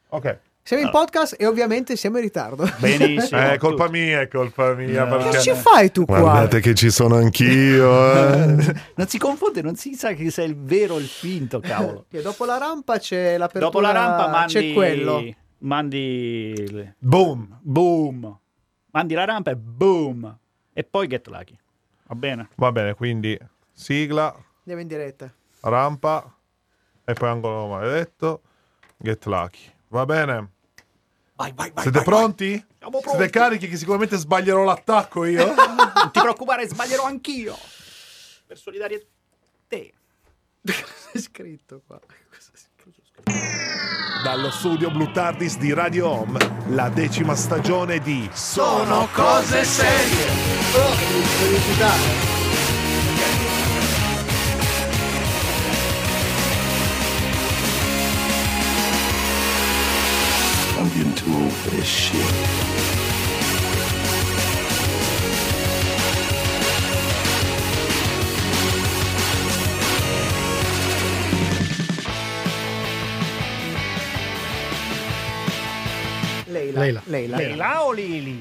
Ok. Siamo in podcast e ovviamente siamo in ritardo. Benissimo. È colpa mia. Perché... Che ci fai tu qua? Guardate che ci sono anch'io. Non si confonde, non si sa che sei il vero o il finto, cavolo. Che dopo la rampa c'è l'apertura. Dopo la rampa mandi... c'è quello. Mandi... Boom. Boom. Mandi la rampa e boom. E poi Get Lucky. Va bene? Va bene, quindi sigla, Andiamo in diretta. rampa e poi angolo maledetto, Get Lucky. Va bene? Vai. Siete pronti? Siamo pronti. Siete carichi che sicuramente sbaglierò l'attacco io? Non ti preoccupare, sbaglierò anch'io. Per solidarietà. Cosa è scritto qua? Dallo studio Blue Tardis di Radio Home, la 10ª stagione di Sono cose serie. Oh, che felicità. I'm getting too old for this shit. Leila o Lili?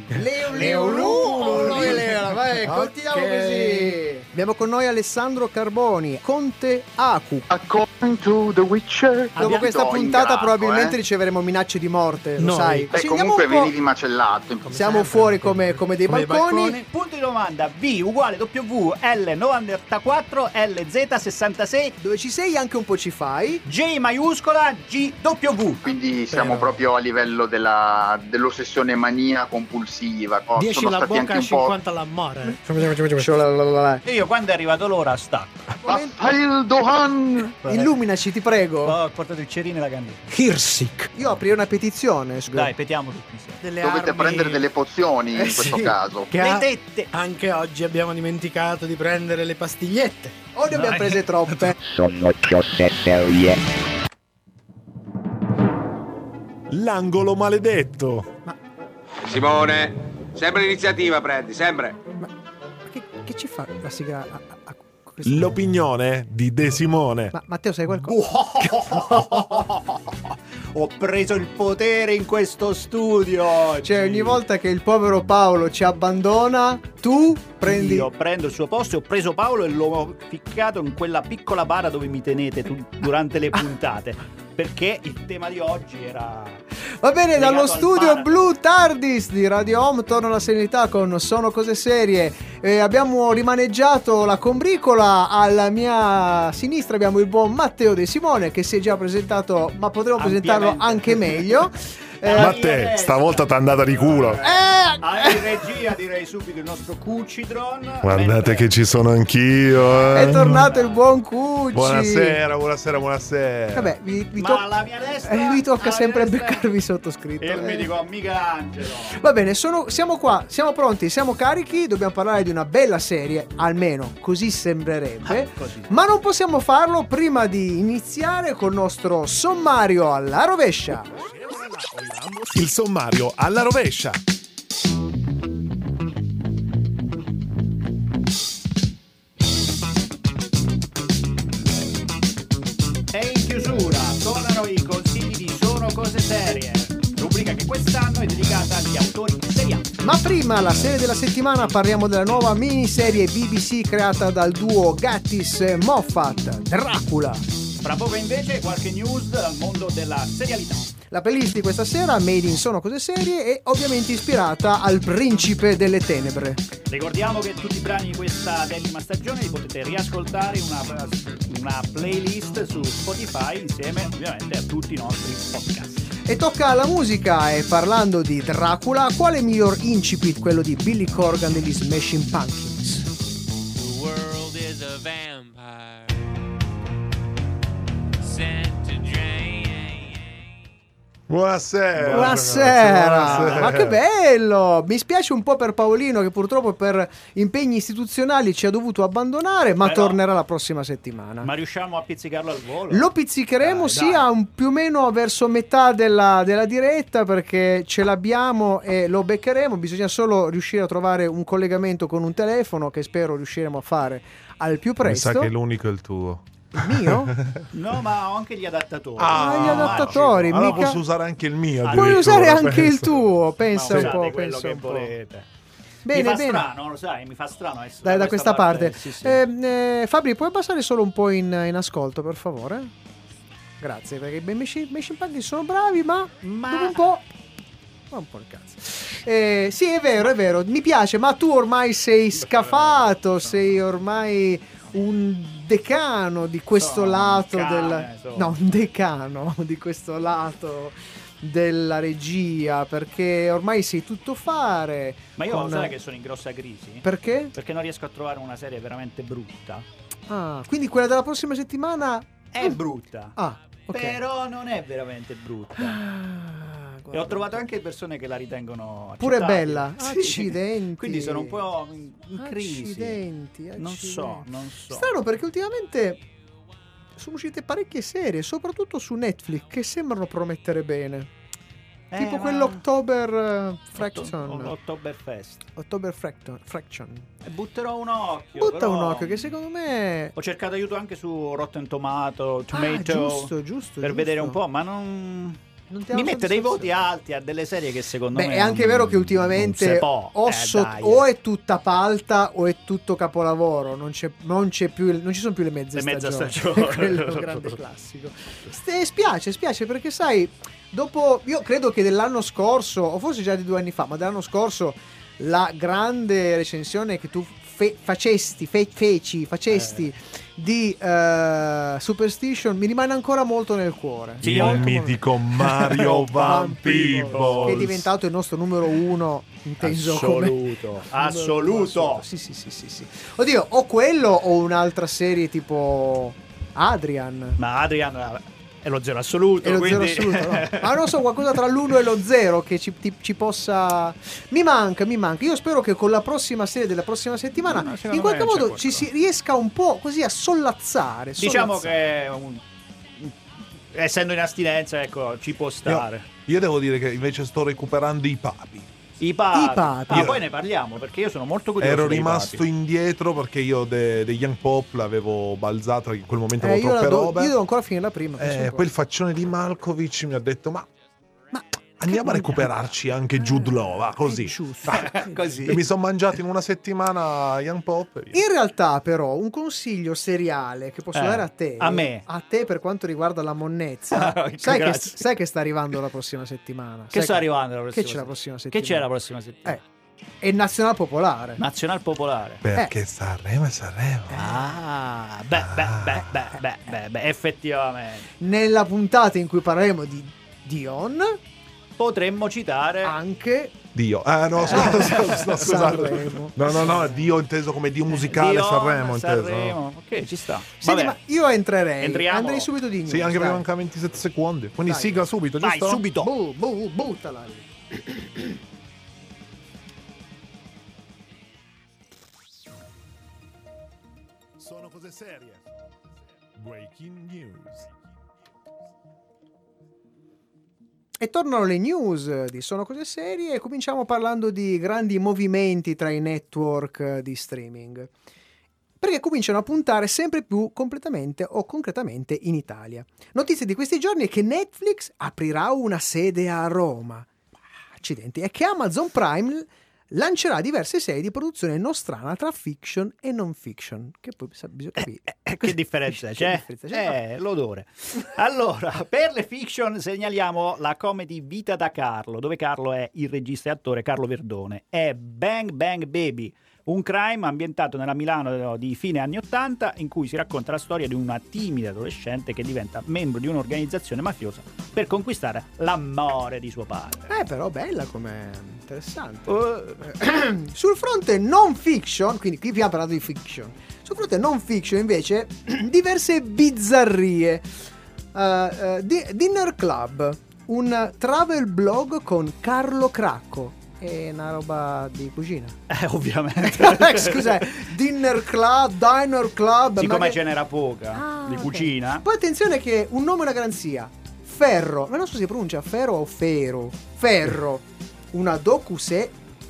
Leila, vai, continuiamo così. Abbiamo con noi Alessandro Carboni, Conte Aku. According to The Witcher. Dopo questa puntata probabilmente riceveremo minacce di morte, lo sai. Beh, comunque venivi macellato. Siamo fuori come dei balconi. Punto di domanda: V uguale W L94 LZ66, Dove ci sei anche un po' ci fai. J maiuscola GW. Quindi siamo proprio a livello dell'ossessione mania compulsiva. 10 Sono la stati bocca, anche un po'. 50 l'amore. E io quando è arrivato l'ora stacco. Rafael Dohan. Illuminaci, ti prego. Ho portato il cerino e la candela. Hirsik. Io aprirei una petizione. Dai, petiamo tutti insieme. Dovete prendere delle pozioni in questo caso. Le tette. Anche oggi abbiamo dimenticato di prendere le pastigliette. O ne abbiamo prese troppe. Sono cose serie. l'angolo maledetto. Simone, sempre l'iniziativa prendi, sempre. Ma che ci fa la sigla a L'opinione di De Simone. Ma Matteo, sai qualcosa? Ho preso il potere in questo studio. Cioè, ogni volta che il povero Paolo ci abbandona, tu prendi... Io prendo il suo posto e ho preso Paolo e l'ho ficcato in quella piccola bara dove mi tenete durante le puntate. Perché il tema di oggi era... Va bene, dallo studio bar. Blue Tardis di Radio Home torna la serenità con Sono Cose Serie. Abbiamo rimaneggiato la combricola. Alla mia sinistra abbiamo il buon Matteo De Simone, che si è già presentato, ma potremmo presentarlo anche meglio. Ma te, stavolta t'è andata di culo. In regia direi subito il nostro Cucidron. Guardate che ci sono anch'io. È tornato il buon Cucci. Buonasera. Vabbè, Ma alla mia destra vi tocca alla sempre mia destra. beccarvi sottoscritto. E mi dico Michelangelo. Va bene, siamo qua, siamo pronti, siamo carichi, dobbiamo parlare di una bella serie, almeno così sembrerebbe. Così. Ma non possiamo farlo prima di iniziare col nostro sommario alla rovescia. Il sommario alla rovescia. E in chiusura tornano i consigli di Sono Cose Serie, rubrica che quest'anno è dedicata agli autori seriali. Ma prima, la serie della settimana, parliamo della nuova miniserie BBC creata dal duo Gatiss e Moffat, Dracula. Fra poco invece qualche news dal mondo della serialità. La playlist di questa sera, made in Sono Cose Serie, è ovviamente ispirata al Principe delle Tenebre. Ricordiamo che tutti i brani di questa 10ª stagione li potete riascoltare in una playlist su Spotify insieme ovviamente a tutti i nostri podcast. E tocca alla musica, e parlando di Dracula, quale miglior incipit quello di Billy Corgan degli Smashing Pumpkins? The world is a vampire sent to drain. Buonasera. Ma che bello! Mi spiace un po' per Paolino, che purtroppo per impegni istituzionali ci ha dovuto abbandonare, ma Però- tornerà la prossima settimana. Ma riusciamo a pizzicarlo al volo? Lo pizzicheremo Dai. più o meno verso metà della diretta, perché ce l'abbiamo e lo beccheremo. Bisogna solo riuscire a trovare un collegamento con un telefono, che spero riusciremo a fare al più Mi sa presto. che l'unico è il tuo. Il mio? No, ma ho anche gli adattatori. Gli adattatori. Allora mica... posso usare anche il mio. Puoi usare anche penso. il tuo. Pensa Ma un po'. usate quello Pensa che un po'. volete. Bene, mi fa bene. strano, lo sai, mi fa strano essere Dai, da questa parte. Sì, sì. Fabri, puoi passare solo un po' in ascolto, per favore? Grazie, perché i miei simpatici sono bravi, ma dopo un po'... un po' il cazzo. Sì, è vero, mi piace, ma tu ormai sei scafato, sei ormai un decano di questo lato un decano di questo lato della regia, perché ormai sei tutto fare. Ma io sai che sono in grossa crisi? Perché? Perché non riesco a trovare una serie veramente brutta. Quindi quella della prossima settimana è brutta. Ok. Però non è veramente brutta. E ho trovato anche persone che la ritengono pure accettabile. bella. Sì. Accidenti. Quindi sono un po' in crisi. Accidenti. Non so. Strano, perché ultimamente sono uscite parecchie serie, soprattutto su Netflix, che sembrano promettere bene. Tipo quell'October Fraction. October Fraction. E butterò un occhio. Butta un occhio, che secondo me... Ho cercato aiuto anche su Rotten Tomato, giusto. Per vedere un po', ma non mi mette dei voti alti a delle serie che secondo me... È anche vero che ultimamente o è tutta palta o è tutto capolavoro, non ci sono più le mezze stagioni. Quello è un grande classico. Spiace perché sai, dopo, io credo che dell'anno scorso, o forse già di 2 anni fa, ma dell'anno scorso, la grande recensione che tu facesti di Superstition mi rimane ancora molto nel cuore. Sì, il mitico Mario Van Peebles, che è diventato il nostro numero 1 inteso assoluto. Sì. Oddio, o quello o un'altra serie tipo Adrian. Ma Adrian è lo 0 assoluto. È lo quindi... 0 assoluto, no? Ma non so, qualcosa tra l'1 e lo 0 che ci possa... Mi manca. Io spero che con la prossima serie della prossima settimana in qualche modo ci si riesca un po' così a sollazzare. Diciamo che essendo in astinenza, ecco, ci può stare. Io devo dire che invece sto recuperando i papi. I papi. Poi ne parliamo, perché io sono molto curioso. Ero rimasto indietro perché io dei Young Pop l'avevo balzata, in quel momento avevo troppe robe. Io devo ancora finire la prima. Poi il faccione di Malkovich mi ha detto ma andiamo a recuperarci anche Jude Law, va così. Così. E mi sono mangiato in una settimana Young Pop. In realtà, però, un consiglio seriale che posso dare a te, a te per quanto riguarda la monnezza, sai che sta arrivando la prossima settimana? Che sta arrivando la prossima Che c'è la prossima settimana? Che c'è la prossima settimana? È Nazional Popolare. Nazional Popolare. Perché Sanremo è Sanremo. Beh, effettivamente. Nella puntata in cui parleremo di Dion, potremmo citare anche Dio. No, scusate. Sanremo. No, Dio inteso come Dio musicale. Sanremo. No? Ok, ci sta. Senti, ma io andrei subito di news. Sì, anche perché manca 27 secondi. Quindi dai, sigla subito, giusto? Vai, subito. Buttala lì. Sono cose serie. Breaking news. E tornano le news di Sono Cose Serie e cominciamo parlando di grandi movimenti tra i network di streaming, perché cominciano a puntare sempre più completamente o concretamente in Italia. Notizia di questi giorni è che Netflix aprirà una sede a Roma. Accidenti. E che Amazon Prime lancerà diverse serie di produzione nostrana tra fiction e non fiction, che poi bisogna capire che differenza c'è? L'odore. Allora, per le fiction segnaliamo la comedy Vita da Carlo, dove Carlo è il regista e attore Carlo Verdone, è Bang Bang Baby, un crime ambientato nella Milano di fine anni '80, in cui si racconta la storia di una timida adolescente che diventa membro di un'organizzazione mafiosa per conquistare l'amore di suo padre. Però bella, come interessante. Sul fronte non fiction, quindi qui abbiamo parlato di fiction, sul fronte non fiction invece diverse bizzarrie. Dinner Club, un travel blog con Carlo Cracco. È una roba di cucina. Ovviamente. Scusa, Diner Club. Siccome ce n'era poca di cucina. Poi attenzione che un nome e una garanzia. Ferro, ma non so se si pronuncia Ferro o Fero. Ferro, una docu-serie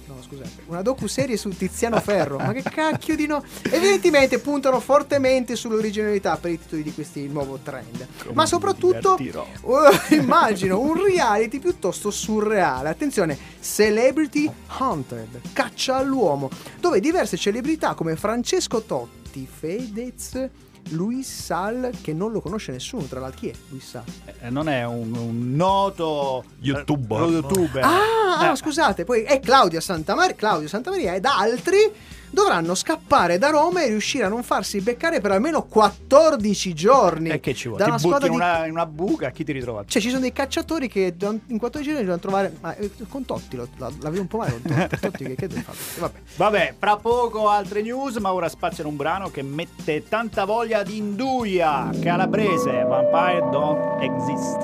No, scusate, una docuserie su Tiziano Ferro. Ma che cacchio di no? Evidentemente puntano fortemente sull'originalità per i titoli di questi nuovo trend. Ma soprattutto immagino un reality piuttosto surreale. Attenzione, Celebrity Hunted, caccia all'uomo, dove diverse celebrità come Francesco Totti, Fedez, Luis Sal, che non lo conosce nessuno, tra l'altro. Chi è Luis Sal? Non è un noto YouTuber. Scusate, poi è Claudio Santamaria ed altri dovranno scappare da Roma e riuscire a non farsi beccare per almeno 14 giorni. E che ci vuole? Da una Ti butti squadra in una buca, chi ti ritrova? Cioè ci sono dei cacciatori che in 14 giorni devono trovare. Ma con Totti l'avevo un po' male con Totti che deve fare? Vabbè, fra poco altre news, ma ora spazio in un brano che mette tanta voglia di induia. Calabrese, Vampire Don't Exist.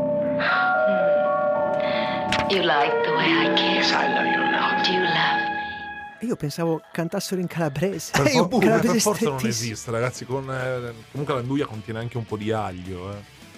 You like the way I kiss? Yes, I love you a lot. Do you love? Io pensavo cantassero in calabrese. Per Calabrese forza non strettissimo. esiste, ragazzi. Comunque l'anduia contiene anche un po' di aglio.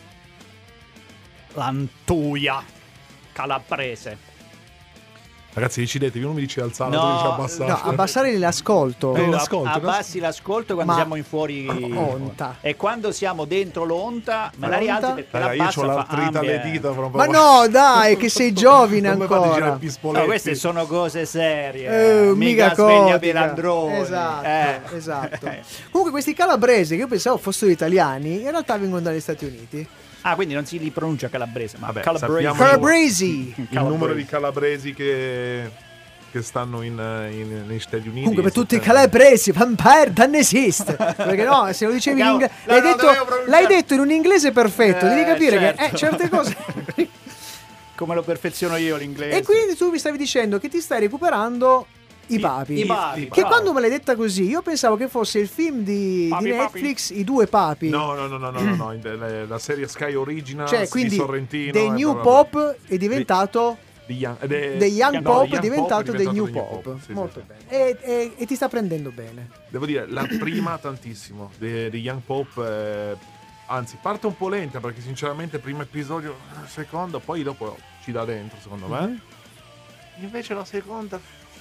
L'antuia calabrese. Ragazzi, decidetevi, uno mi dice alzare, l'altro mi dice abbassare. No, abbassare l'ascolto. Abbassi l'ascolto quando siamo in fuori onta. e quando siamo dentro l'onta me la rialzi perché la io bassa ho fa l'artrite alle ambient. dita. Ma no, dai, che sei giovine Non mi fate girare ancora. pispoletti. No, queste sono cose serie. Mica sveglia cotica. pelandroni. Esatto. Comunque questi calabresi che io pensavo fossero italiani, in realtà vengono dagli Stati Uniti. Ah, quindi non si li pronuncia calabrese, ma Vabbè, calabrese. sappiamo Calabresi. il numero di calabresi che stanno negli Stati Uniti. Comunque per tutti i calabresi Vampire non esiste. Perché no, se lo dicevi in inglese l'hai detto in un inglese perfetto. Devi capire certo. che certe cose come lo perfeziono io l'inglese. E quindi tu mi stavi dicendo che ti stai recuperando i papi. I papi, che bravo. quando me l'hai detta così io pensavo che fosse il film di Netflix I due papi. No, la serie Sky Originals, Cioè di quindi Sorrentino. The New Pop è diventato The Young Pop The è diventato The New Pop. Pop. Sì, Molto sì. bene. E ti sta prendendo bene. Devo dire, la prima tantissimo. The Young Pop, anzi, parte un po' lenta perché sinceramente il primo episodio, secondo, poi dopo ci dà dentro, secondo me. Invece la seconda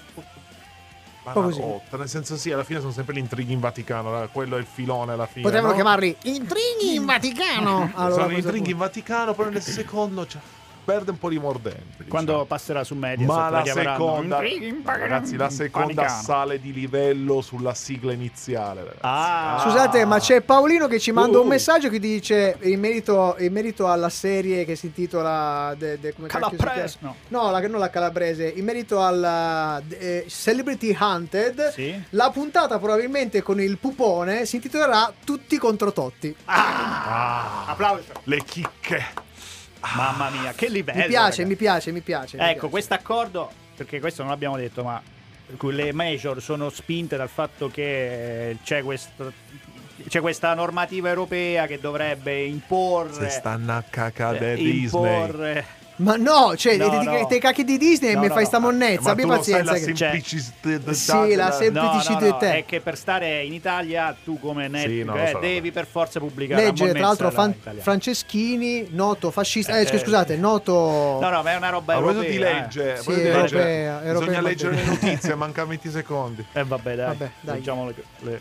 rotta, nel senso sì, alla fine sono sempre gli intrighi in Vaticano, quello è il filone alla fine. Potremmo no? chiamarli intrighi in Vaticano. Sono gli intrighi in Vaticano, però nel secondo perde un po' di mordente. Quando passerà su Media. Ma la seconda, ragazzi, la seconda sale di livello sulla sigla iniziale. Scusate, ma c'è Paolino che ci manda un messaggio che dice in merito alla serie che si intitola come Calabrese. non la Calabrese, in merito alla Celebrity Hunted. Sì? La puntata probabilmente con il pupone si intitolerà Tutti contro Totti. Applauso. Le chicche. Mamma mia, che livello. Mi piace. Ecco, questo accordo, perché questo non l'abbiamo detto, ma le major sono spinte dal fatto che c'è questa normativa europea che dovrebbe imporre. Se stanno a cacare Disney. Ma no, cioè, No, te cacchi di Disney e mi fai sta monnezza. Abbi pazienza. La semplicità. È che per stare in Italia, tu come Netflix devi per forza pubblicare. Legge, tra l'altro, Franceschini, noto fascista. Scusate, noto. No, ma è una roba europea. Di legge. Sì, europea. Bisogna leggere le notizie, mancano 20 secondi. Vabbè, dai. Leggiamo le...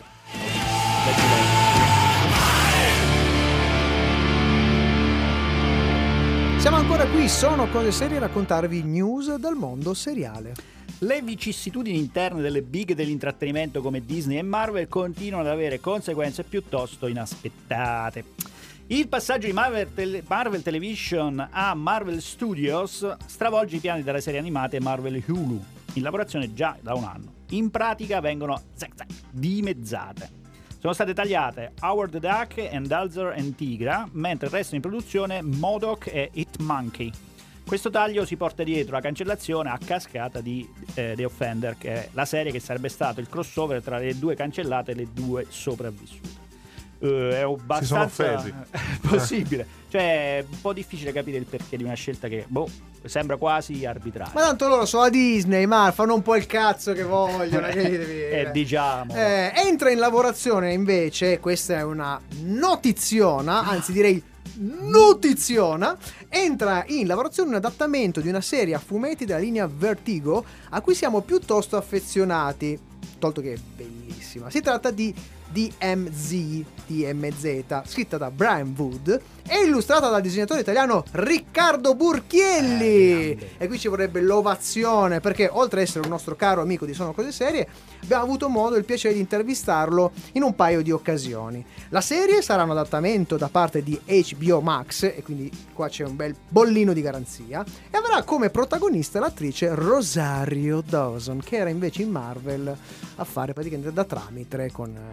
Siamo ancora qui, sono cose serie a raccontarvi news dal mondo seriale. Le vicissitudini interne delle big dell'intrattenimento come Disney e Marvel continuano ad avere conseguenze piuttosto inaspettate. Il passaggio di Marvel Television a Marvel Studios stravolge i piani delle serie animate Marvel Hulu, in lavorazione già da un anno. In pratica vengono dimezzate. Sono state tagliate Howard the Duck e Dalzer and Tigra, mentre restano in produzione MODOK e Hitmonkey. Questo taglio si porta dietro la cancellazione a cascata di The Offender, che è la serie che sarebbe stato il crossover tra le due cancellate e le due sopravvissute. È abbastanza si sono offesi. possibile. Cioè, è un po' difficile capire il perché di una scelta che sembra quasi arbitraria. Ma tanto loro sono a Disney, ma fanno un po' il cazzo che vogliono. Diciamo. Entra in lavorazione invece, questa è una notiziona, anzi direi Nutriziona, entra in lavorazione un adattamento di una serie a fumetti della linea Vertigo a cui siamo piuttosto affezionati, tolto che è bellissima. Si tratta di DMZ, scritta da Brian Wood e illustrata dal disegnatore italiano Riccardo Burchielli. E qui ci vorrebbe l'ovazione, perché oltre ad essere un nostro caro amico di Sono Cose Serie, abbiamo avuto modo e il piacere di intervistarlo in un paio di occasioni. La serie sarà un adattamento da parte di HBO Max, e quindi qua c'è un bel bollino di garanzia, e avrà come protagonista l'attrice Rosario Dawson, che era invece in Marvel a fare praticamente da tramite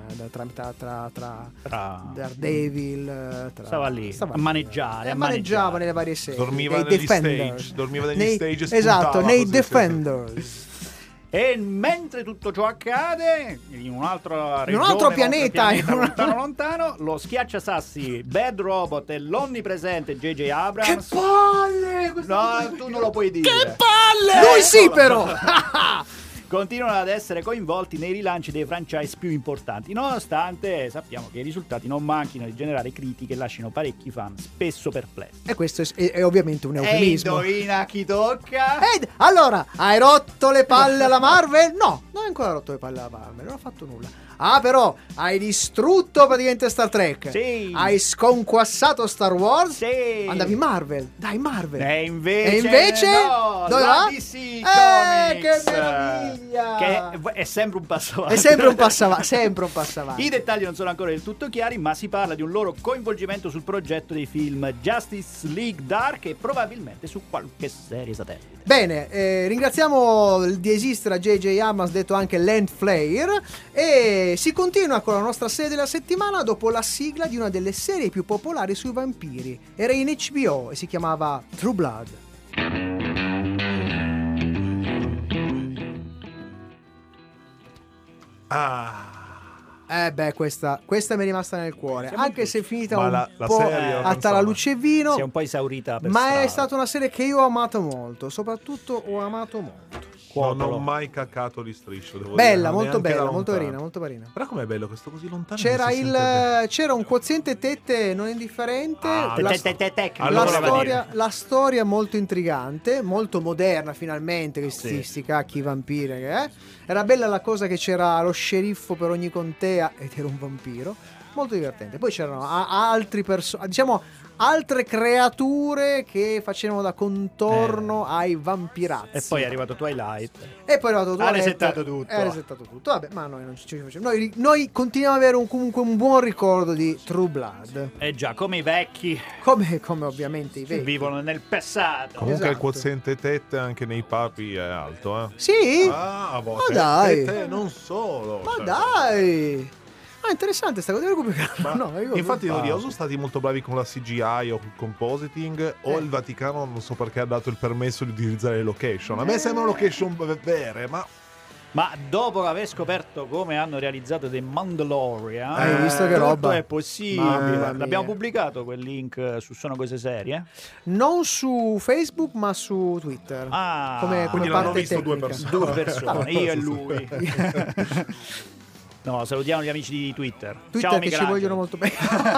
tra Daredevil, stava lì a maneggiare, maneggiava nelle varie serie, dormiva negli stage, esatto, nei Defenders. E mentre tutto ciò accade, in un altro pianeta lontano, lo schiacciasassi Bad Robot e l'onnipresente J.J. Abrams. Che palle! No, tu non lo puoi dire. Che palle! Lui sì, però! Continuano ad essere coinvolti nei rilanci dei franchise più importanti, nonostante sappiamo che i risultati non manchino di generare critiche e lasciano parecchi fan spesso perplessi. E questo è ovviamente un eufemismo. E indovina chi tocca? Allora, hai rotto le palle alla Marvel? No, non hai ancora rotto le palle alla Marvel, non ho fatto nulla. Ah, però hai distrutto praticamente Star Trek. Sì. Hai sconquassato Star Wars. Sì. Andavi Marvel. Dai, Marvel. E invece no, dove la va? DC Comics. Che meraviglia. Che è sempre un passo avanti. È sempre un passo avanti. I dettagli non sono ancora del tutto chiari, ma si parla di un loro coinvolgimento sul progetto dei film Justice League Dark e probabilmente su qualche serie satellite. Bene, ringraziamo di esistere a J.J. Abrams, detto anche Land Flare, e si continua con la nostra serie della settimana dopo la sigla di una delle serie più popolari sui vampiri. Era in HBO e si chiamava True Blood. Questa mi è rimasta nel cuore, anche se è finita un po' a talaluce e vino. Si è un po' esaurita per ma strada. è stata una serie che io ho amato molto, soprattutto ho amato molto. Non ho mai cacato di striscio, devo bella, dire. molto bella, molto carina, molto carina. Però com'è bello questo così lontano. C'era un quoziente tette non indifferente. La storia molto intrigante, molto moderna finalmente, che sti cacchi vampiri, Era bella la cosa che c'era lo sceriffo per ogni contea ed era un vampiro. Molto divertente. Poi c'erano altri altre creature che facevano da contorno ai vampirazzi. E poi è arrivato Twilight. Ha resettato tutto. Vabbè, ma noi non ci facciamo. Noi continuiamo ad avere comunque un buon ricordo di True Blood. Già, come i vecchi. Come ovviamente i vecchi. Vivono nel passato. Comunque il quoziente tette anche nei papi è alto, Sì? A volte. Ma dai. Tette non solo. Ma dai. Interessante sta cosa, devo recuperarla. Infatti o sono stati molto bravi con la CGI o con il compositing, o il Vaticano non so perché ha dato il permesso di utilizzare le location. A me sembrano location vere, ma dopo aver scoperto come hanno realizzato The Mandalorian, hai visto che roba? È possibile. L'abbiamo pubblicato quel link su Sono Cose Serie? Non su Facebook, ma su Twitter. Come l'hanno parte visto tecnica. Due persone, io e lui. No, salutiamo gli amici di Twitter. Ciao, che ci vogliono molto bene.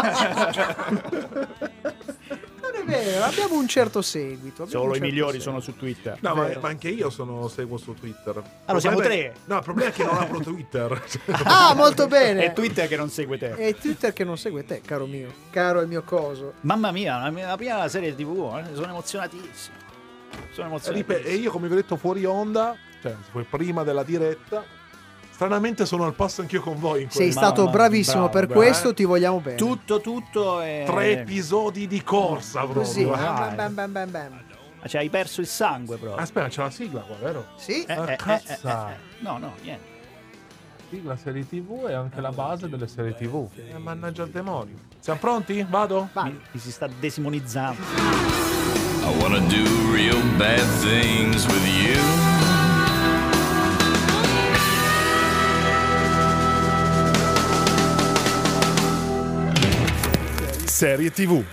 Non è vero, abbiamo un certo seguito. Solo i migliori sono su Twitter. No, ma anche io seguo su Twitter. Allora siamo tre. No, il problema è che non apro Twitter. Molto bene. È Twitter che non segue te. È Twitter che non segue te, caro mio. Caro il mio coso. Mamma mia, la prima serie TV, sono emozionatissimo. E io, come vi ho detto fuori onda, cioè prima della diretta, stranamente sono al passo anch'io con voi. Sei stato bravissimo, per questo ti vogliamo bene. Tutto è 3 episodi di corsa proprio. Così, bam. Cioè hai perso il sangue proprio. Aspetta, c'è la sigla qua, vero? Sì. No, niente. Sigla serie TV e anche la base delle serie TV. Mannaggia il demonio. Siamo pronti? Vado? Mi si sta desimonizzando. I wanna do real bad things with you. Serie TV.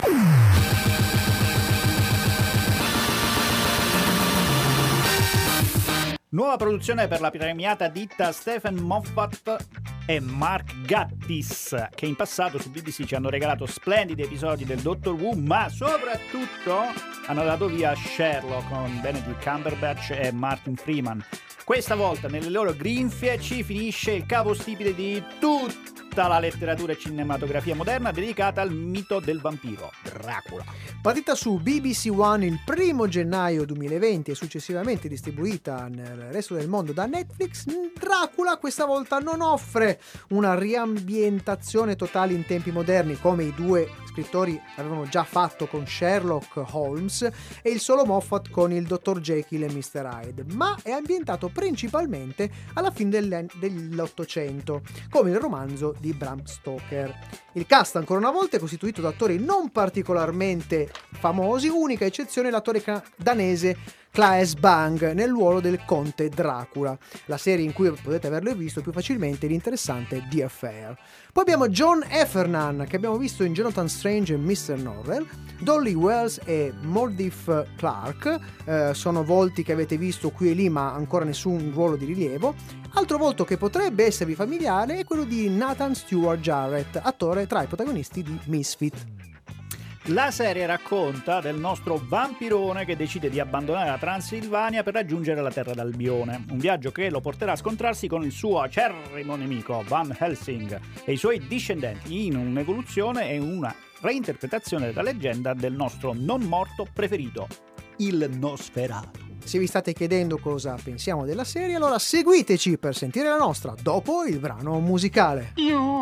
Nuova produzione per la premiata ditta Stephen Moffat e Mark Gatiss, che in passato su BBC ci hanno regalato splendidi episodi del Doctor Who, ma soprattutto hanno dato via Sherlock con Benedict Cumberbatch e Martin Freeman. Questa volta nelle loro grinfie ci finisce il capostipite di tutta la letteratura e cinematografia moderna dedicata al mito del vampiro, Dracula. Partita su BBC One il 1 gennaio 2020 e successivamente distribuita nel resto del mondo da Netflix, Dracula questa volta non offre una riambientazione totale in tempi moderni come i due scrittori avevano già fatto con Sherlock Holmes e il solo Moffat con il Dr. Jekyll e Mr. Hyde, ma è ambientato principalmente alla fine dell'Ottocento, come il romanzo di Bram Stoker. Il cast ancora una volta è costituito da attori non particolarmente famosi, unica eccezione l'attore danese Claes Bang nel ruolo del conte Dracula. La serie in cui potete averlo visto più facilmente è l'interessante The Affair. Poi abbiamo John Heffernan, che abbiamo visto in Jonathan Strange e Mr. Norrell, Dolly Wells e Moldith Clark, sono volti che avete visto qui e lì ma ancora nessun ruolo di rilievo. Altro volto che potrebbe esservi familiare è quello di Nathan Stewart Jarrett, attore tra i protagonisti di Misfit. La serie racconta del nostro vampirone che decide di abbandonare la Transilvania per raggiungere la Terra d'Albione, un viaggio che lo porterà a scontrarsi con il suo acerrimo nemico Van Helsing e i suoi discendenti in un'evoluzione e una reinterpretazione della leggenda del nostro non morto preferito, il Nosferatu. Se vi state chiedendo cosa pensiamo della serie, allora seguiteci per sentire la nostra dopo il brano musicale.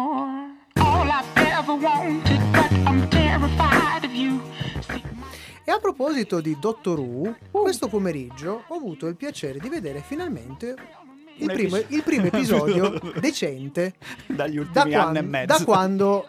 E a proposito di Doctor Who, questo pomeriggio ho avuto il piacere di vedere finalmente il primo episodio decente dagli ultimi anni e mezzo. Da quando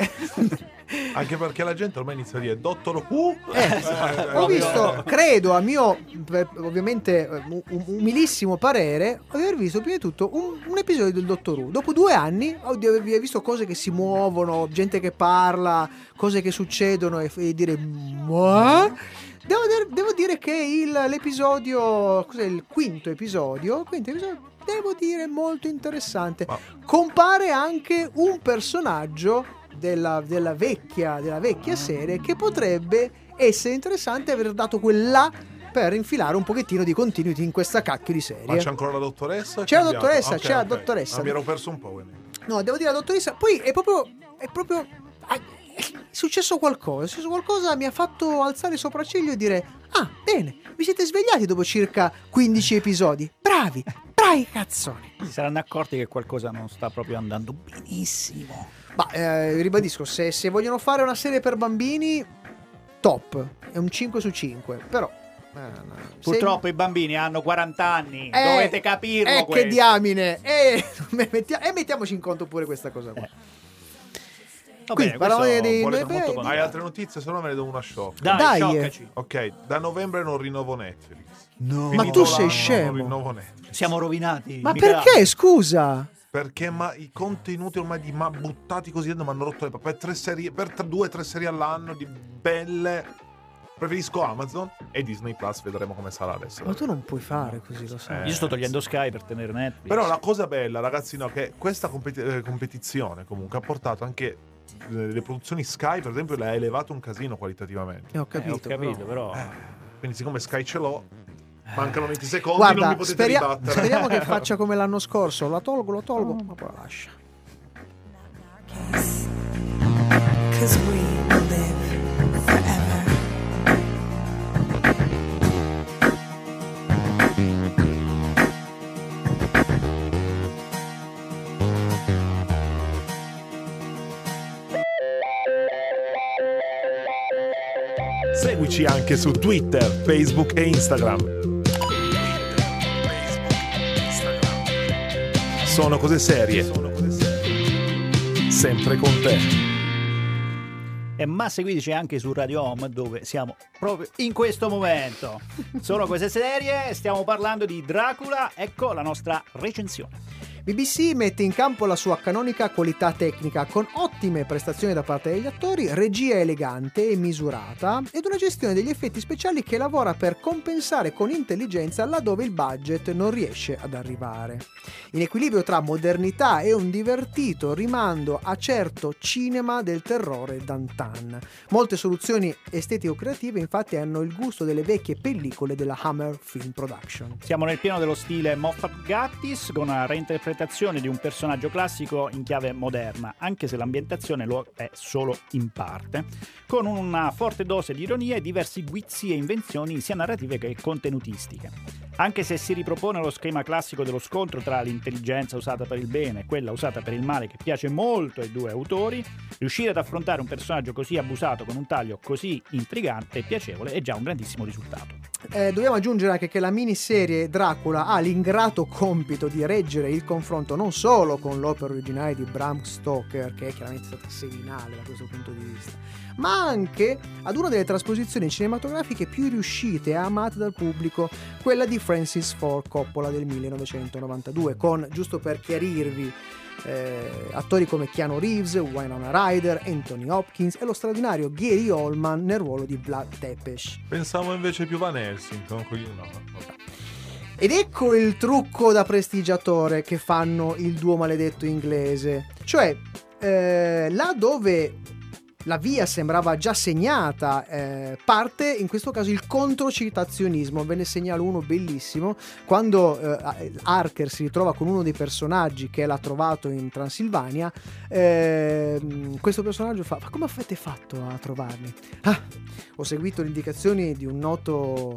Anche perché la gente ormai inizia a dire Doctor Who. Ho visto, credo a mio ovviamente umilissimo parere, aver visto prima di tutto un episodio del Doctor Who. Dopo 2 anni ho visto cose che si muovono, gente che parla, cose che succedono e dire ma? Devo dire che l'episodio, cos'è il quinto episodio, devo dire molto interessante. Compare anche un personaggio della vecchia serie che potrebbe essere interessante aver dato quella per infilare un pochettino di continuity in questa cacchio di serie. Ma c'è ancora la dottoressa? C'è la dottoressa, c'è la dottoressa. Mi ero perso un po'. No, devo dire la dottoressa. Poi è proprio è successo qualcosa mi ha fatto alzare il sopracciglio e dire: ah, bene, vi siete svegliati dopo circa 15 episodi. Bravi cazzoni. Si saranno accorti che qualcosa non sta proprio andando benissimo. Ma ribadisco, se vogliono fare una serie per bambini, top, è un 5 su 5, però purtroppo i bambini hanno 40 anni, dovete capirlo questo. Che diamine, mettiamoci in conto pure questa cosa qua. Bene, hai altre notizie? Se no me ne do una shock. Dai. Scioccaci. Ok, da novembre non rinnovo Netflix. No. Ma tu sei scemo. Non rinnovo Netflix. Siamo rovinati. Ma perché, scusa? Perché i contenuti ormai buttati così mi hanno rotto le palle. Per 2 o 3 serie all'anno di belle. Preferisco Amazon e Disney Plus, vedremo come sarà adesso. Ma tu non puoi fare così, lo sai. Io sto togliendo Sky per tenere Netflix. Però la cosa bella, ragazzi, che questa competizione comunque ha portato anche le produzioni Sky, per esempio, le ha elevato un casino qualitativamente. Ho capito, però. Quindi siccome Sky ce l'ho, mancano 20 secondi, guarda, non mi potete ribattere. Speriamo che faccia come l'anno scorso. La tolgo, ma poi la lascia. Seguici anche su Twitter, Facebook e Instagram. Sono cose serie. Sempre con te. Ma seguiteci anche su Radio Home, dove siamo proprio in questo momento. Sono cose serie, stiamo parlando di Dracula, ecco la nostra recensione. BBC mette in campo la sua canonica qualità tecnica con ottime prestazioni da parte degli attori, regia elegante e misurata ed una gestione degli effetti speciali che lavora per compensare con intelligenza laddove il budget non riesce ad arrivare. In equilibrio tra modernità e un divertito rimando a certo cinema del terrore d'antan. Molte soluzioni estetico-creative infatti hanno il gusto delle vecchie pellicole della Hammer Film Production. Siamo nel pieno dello stile Moffat Gatiss con una reinterpretazione di un personaggio classico in chiave moderna, anche se l'ambientazione lo è solo in parte, con una forte dose di ironia e diversi guizzi e invenzioni sia narrative che contenutistiche. Anche se si ripropone lo schema classico dello scontro tra l'intelligenza usata per il bene e quella usata per il male che piace molto ai due autori, riuscire ad affrontare un personaggio così abusato con un taglio così intrigante e piacevole è già un grandissimo risultato. Dobbiamo aggiungere anche che la miniserie Dracula ha l'ingrato compito di reggere il confronto non solo con l'opera originale di Bram Stoker, che è chiaramente stata seminale da questo punto di vista, ma anche ad una delle trasposizioni cinematografiche più riuscite e amate dal pubblico, quella di Francis Ford Coppola del 1992, con, giusto per chiarirvi, attori come Keanu Reeves, Winona Ryder, Anthony Hopkins e lo straordinario Gary Oldman nel ruolo di Vlad Tepes. Pensavo invece più Van Helsing, no. Ed ecco il trucco da prestigiatore che fanno il duo maledetto inglese, cioè là dove la via sembrava già segnata, parte in questo caso il controcitazionismo. Ve ne segnalo uno bellissimo, quando Harker si ritrova con uno dei personaggi che l'ha trovato in Transilvania. Questo personaggio fa: ma come avete fatto a trovarmi? Ho seguito le indicazioni di un noto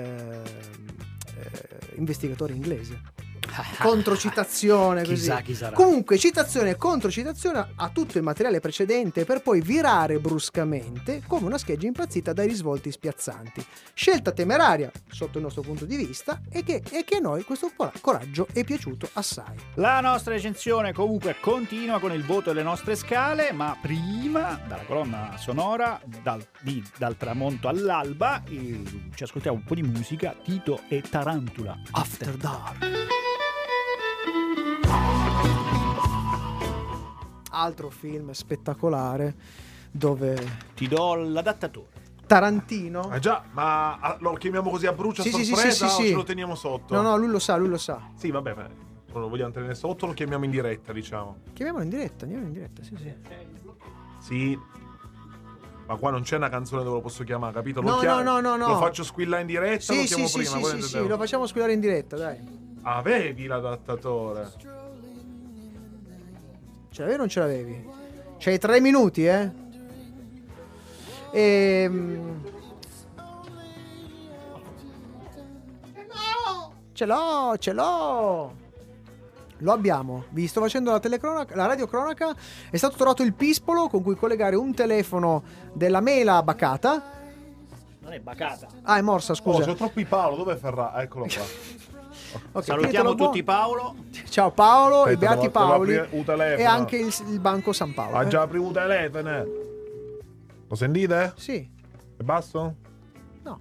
investigatore inglese. Controcitazione, così. Chi sarà? Comunque, citazione e controcitazione a tutto il materiale precedente per poi virare bruscamente come una scheggia impazzita dai risvolti spiazzanti. Scelta temeraria sotto il nostro punto di vista e che a noi questo coraggio è piaciuto assai. La nostra recensione comunque continua con il voto delle nostre scale, ma prima dalla colonna sonora dal tramonto all'alba ci ascoltiamo un po' di musica. Tito e Tarantula, After Dark. Altro film spettacolare dove ti do l'adattatore. Tarantino. Già, ma lo chiamiamo così a brucia sorpresa o ce lo teniamo sotto? No, lui lo sa. Sì, vabbè, non lo vogliamo tenere sotto, lo chiamiamo in diretta, diciamo. Chiamiamolo in diretta, andiamo in diretta, sì. Sì. Ma qua non c'è una canzone dove lo posso chiamare, capito? No. Lo faccio squillare in diretta o lo chiamo prima? Sì, lo facciamo squillare in diretta, dai. Avevi l'adattatore? Ce l'avevi o non ce l'avevi? C'hai 3 minuti, Ce l'ho! Lo abbiamo. Vi sto facendo la radiocronaca. È stato trovato il pispolo con cui collegare un telefono della mela bacata. Non è bacata. Ah, è morsa, scusa. C'ho troppi Paolo, dov'è Ferrara? Eccolo qua. Okay, salutiamo tutti Paolo. Ciao Paolo, aspetta, i beati Paoli e anche il Banco San Paolo. Ha già aperto il telefono. Lo sentite? Sì. È basso? No.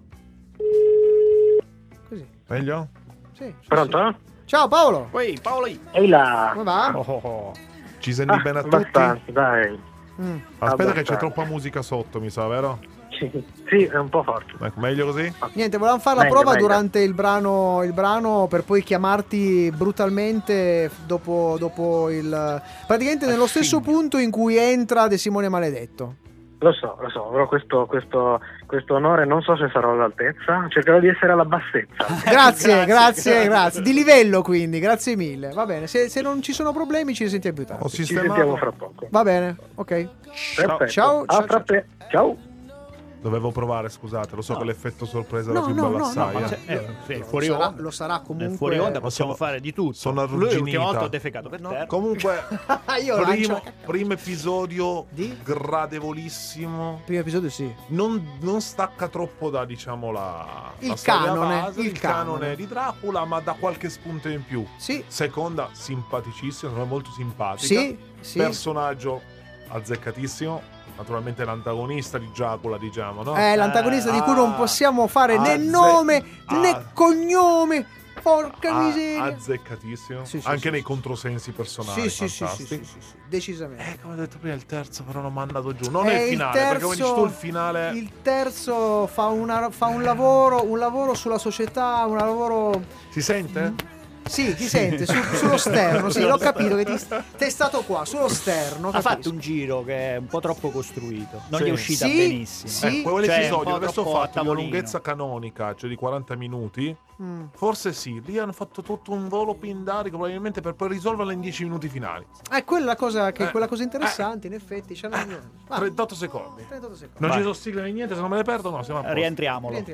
Così. Meglio? Sì. Pronto? Sì. Ciao Paolo. Ehi Paolo. Ehi là. Come va? Ci senti bene a tutti? Abbastanza, dai. Aspetta che c'è troppa musica sotto, mi sa, vero? Sì, è un po' forte. Ecco, meglio così? Niente, volevamo fare la prova durante il brano per poi chiamarti brutalmente dopo il... praticamente nello stesso punto in cui entra De Simone Maledetto. Lo so, però questo onore non so se sarò all'altezza, cercherò di essere alla bassezza. Grazie. Di livello quindi, grazie mille. Va bene, se non ci sono problemi ci sentiamo più tardi. Ci sentiamo fra poco. Va bene, ok. Ciao. Ciao. Dovevo provare, scusate, lo so che l'effetto sorpresa era più bello assai. Fuori onda. Lo sarà comunque. Fuori onda possiamo fare di tutto. Sono arrugginita. Lui l'ultima volta ho defecato per terra. Comunque, primo episodio gradevolissimo. Primo episodio sì. Non stacca troppo da, diciamo, il canone base, il canone di Dracula, ma da qualche spunto in più. Sì. Seconda, simpaticissima, molto simpatica. Sì. Personaggio azzeccatissimo. Naturalmente l'antagonista di Dracula, diciamo, no? L'antagonista di cui non possiamo fare né nome né cognome. porca miseria. Azzeccatissimo. Sì, anche sì, nei sì. controsensi personali. Sì, fantastici. sì, decisamente. Come ho detto prima, il terzo però non mi ha andato giù. Non E è il il finale, perché come dici tu il finale. Il terzo fa un lavoro sulla società, un lavoro. Si sente? Sì, ti sente sullo sterno, sì, l'ho capito che sei stato qua, sullo sterno. Ha capisco. fatto un giro che è un po' troppo costruito, non Sì. gli è uscita Sì, benissimo. sì. Quell'episodio un po' adesso troppo a fatto di una tavolino. lunghezza canonica, cioè di 40 minuti. Forse sì, lì hanno fatto tutto un volo pindarico, probabilmente per poi risolverla in 10 minuti finali. Quella cosa interessante, in effetti. 38 secondi. 38 secondi. Non ci sono sigle né niente, se non me le perdo, no, siamo a posto. Rientriamolo.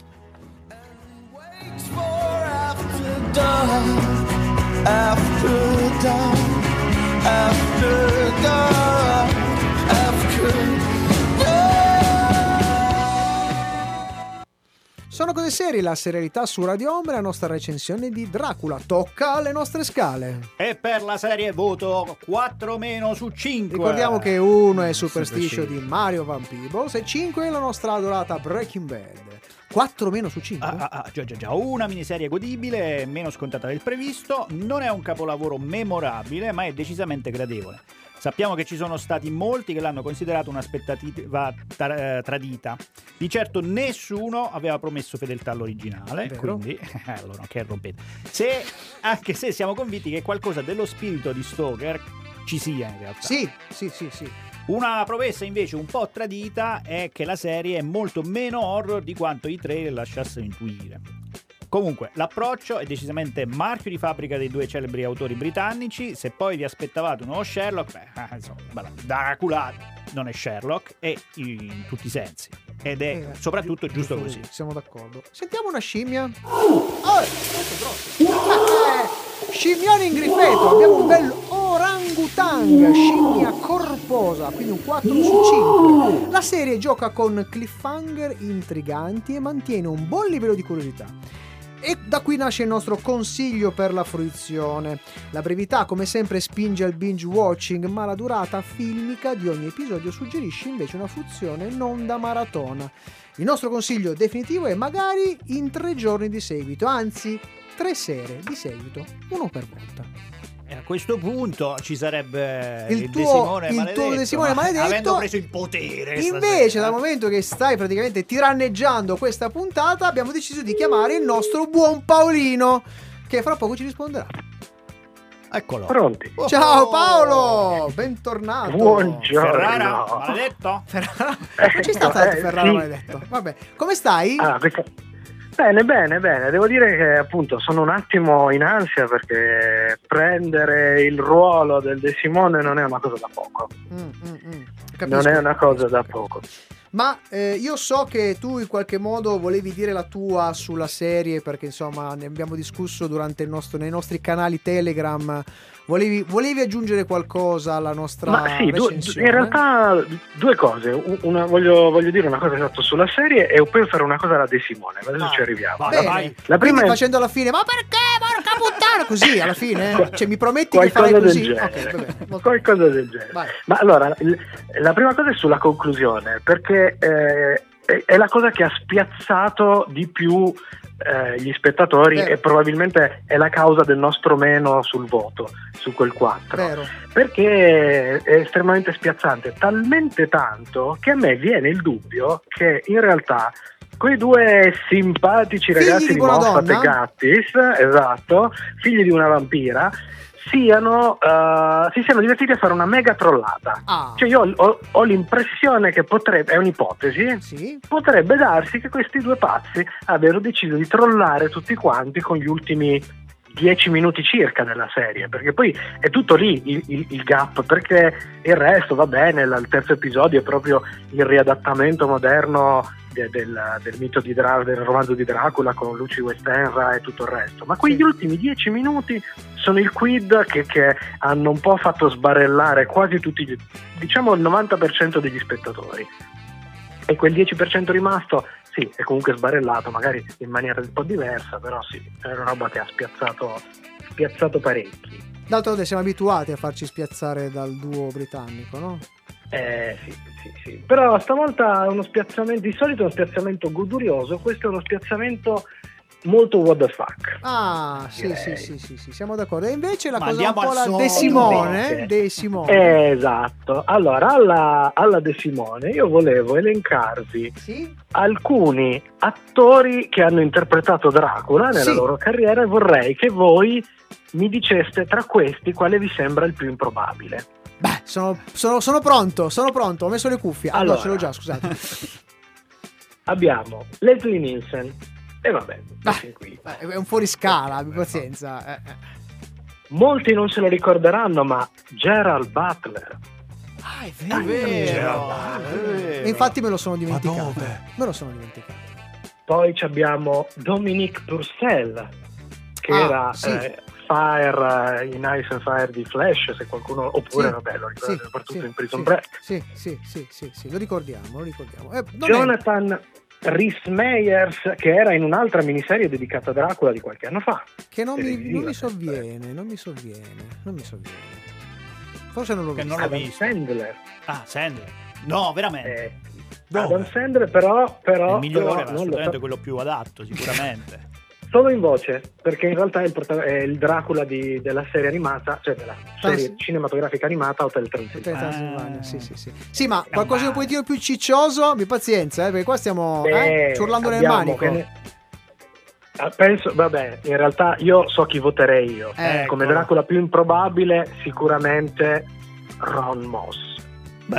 Sono cose serie, la serialità su Radio Home, la nostra recensione di Dracula. Tocca alle nostre scale. E per la serie voto 4 meno su 5. Ricordiamo che 1 è Superstition di Mario Van Peebles e 5 è la nostra adorata Breaking Bad. 4 meno su 5? Già, una miniserie godibile, meno scontata del previsto, non è un capolavoro memorabile, ma è decisamente gradevole. Sappiamo che ci sono stati molti che l'hanno considerato un'aspettativa tradita. Di certo nessuno aveva promesso fedeltà all'originale, vero? quindi allora che rompete. Anche se siamo convinti che qualcosa dello spirito di Stoker ci sia in realtà. Sì. Una promessa invece un po' tradita è che la serie è molto meno horror di quanto i trailer lasciassero intuire. Comunque, l'approccio è decisamente marchio di fabbrica dei due celebri autori britannici. Se poi vi aspettavate un nuovo Sherlock, Dracula non è Sherlock, è in tutti i sensi. Ed è soprattutto giusto così. Siamo d'accordo. Sentiamo una scimmia. Scimmione in griffeto. Abbiamo un bel orangutang, scimmia corposa, quindi un 4 su 5. La serie gioca con cliffhanger intriganti e mantiene un buon livello di curiosità. E da qui nasce il nostro consiglio per la fruizione. La brevità, come sempre, spinge al binge watching, ma la durata filmica di ogni episodio suggerisce invece una fruizione non da maratona. Il nostro consiglio definitivo è magari in 3 giorni di seguito, anzi 3 serie di seguito, uno per volta. E a questo punto ci sarebbe il tuo De Simone maledetto, avendo preso il potere. Invece, dal momento che stai praticamente tiranneggiando questa puntata, abbiamo deciso di chiamare il nostro buon Paolino, che fra poco ci risponderà. Eccolo. Pronti? Ciao Paolo, bentornato. Buongiorno. Ferrara, maledetto. Ferrara, non c'è stato altro Ferrara, sì. maledetto. Vabbè, come stai? Bene. Devo dire che appunto sono un attimo in ansia perché prendere il ruolo del De Simone non è una cosa da poco. Non è una cosa da poco. Ma io so che tu in qualche modo volevi dire la tua sulla serie, perché insomma ne abbiamo discusso nei nostri canali Telegram. Volevi aggiungere qualcosa alla nostra recensione? In realtà 2 cose. Voglio dire una cosa esatto sulla serie e poi fare una cosa alla De Simone. Adesso ci arriviamo. Bene. La prima è facendo alla fine, ma perché? Porca puttana! Così alla fine? Cioè mi prometti che farai così? Qualcosa del genere. Vai. Ma allora, la prima cosa è sulla conclusione, perché è la cosa che ha spiazzato di più gli spettatori e probabilmente è la causa del nostro meno sul voto, su quel 4. Vero. Perché è estremamente spiazzante, talmente tanto che a me viene il dubbio che in realtà quei 2 simpatici ragazzi di Moffat e Gatiss, esatto, figli di una vampira, si siano divertiti a fare una mega trollata. Cioè io ho l'impressione che è un'ipotesi, potrebbe darsi che questi 2 pazzi abbiano deciso di trollare tutti quanti con gli ultimi 10 minuti circa della serie, perché poi è tutto lì il gap, perché il resto va bene, il terzo episodio è proprio il riadattamento moderno del mito del romanzo di Dracula con Lucy Westenra e tutto il resto, ma quegli ultimi 10 minuti sono il quid che hanno un po' fatto sbarellare quasi tutti, diciamo il 90% degli spettatori, e quel 10% rimasto sì, è comunque sbarellato, magari in maniera un po' diversa, però sì, è una roba che ha spiazzato parecchi. D'altronde siamo abituati a farci spiazzare dal duo britannico, no? Sì. Però stavolta è uno spiazzamento, di solito è uno spiazzamento godurioso, questo è uno spiazzamento molto what the fuck. Ah, sì, siamo d'accordo. E invece la Ma cosa un po' la andiamo al De Simone, De Simone. Esatto. Allora, alla De Simone io volevo elencarvi alcuni attori che hanno interpretato Dracula nella loro carriera e vorrei che voi mi diceste tra questi quale vi sembra il più improbabile. Beh, sono pronto, ho messo le cuffie. Allora, no, ce l'ho già, scusate. Abbiamo Leslie Nielsen e vabbè, qui. È un fuoriscala, abbi pazienza. Molti non se lo ricorderanno, ma Gerald Butler. Ah, è vero. E infatti me lo sono dimenticato. Poi abbiamo Dominique Purcell, che era Fire in Ice and Fire di Flash, se qualcuno, oppure vabbè, lo ricordo soprattutto in Prison Break. Sì, lo ricordiamo. Jonathan Rhys Meyers, che era in un'altra miniserie dedicata a Dracula di qualche anno fa. Che non mi sovviene. Forse non l'ho visto. Adam Sandler. Ah, Sandler. No, veramente. Adam Sandler però il migliore, assolutamente quello più adatto, sicuramente. Solo in voce, perché in realtà è il Dracula della serie animata, cioè della serie cinematografica animata Hotel Transilvania. Sì, ma qualcosa di un pochettino più ciccioso, abbi pazienza, perché qua stiamo ciurlando nel manico. Penso, vabbè, in realtà io so chi voterei io. Come Dracula più improbabile, sicuramente Ron Moss. No!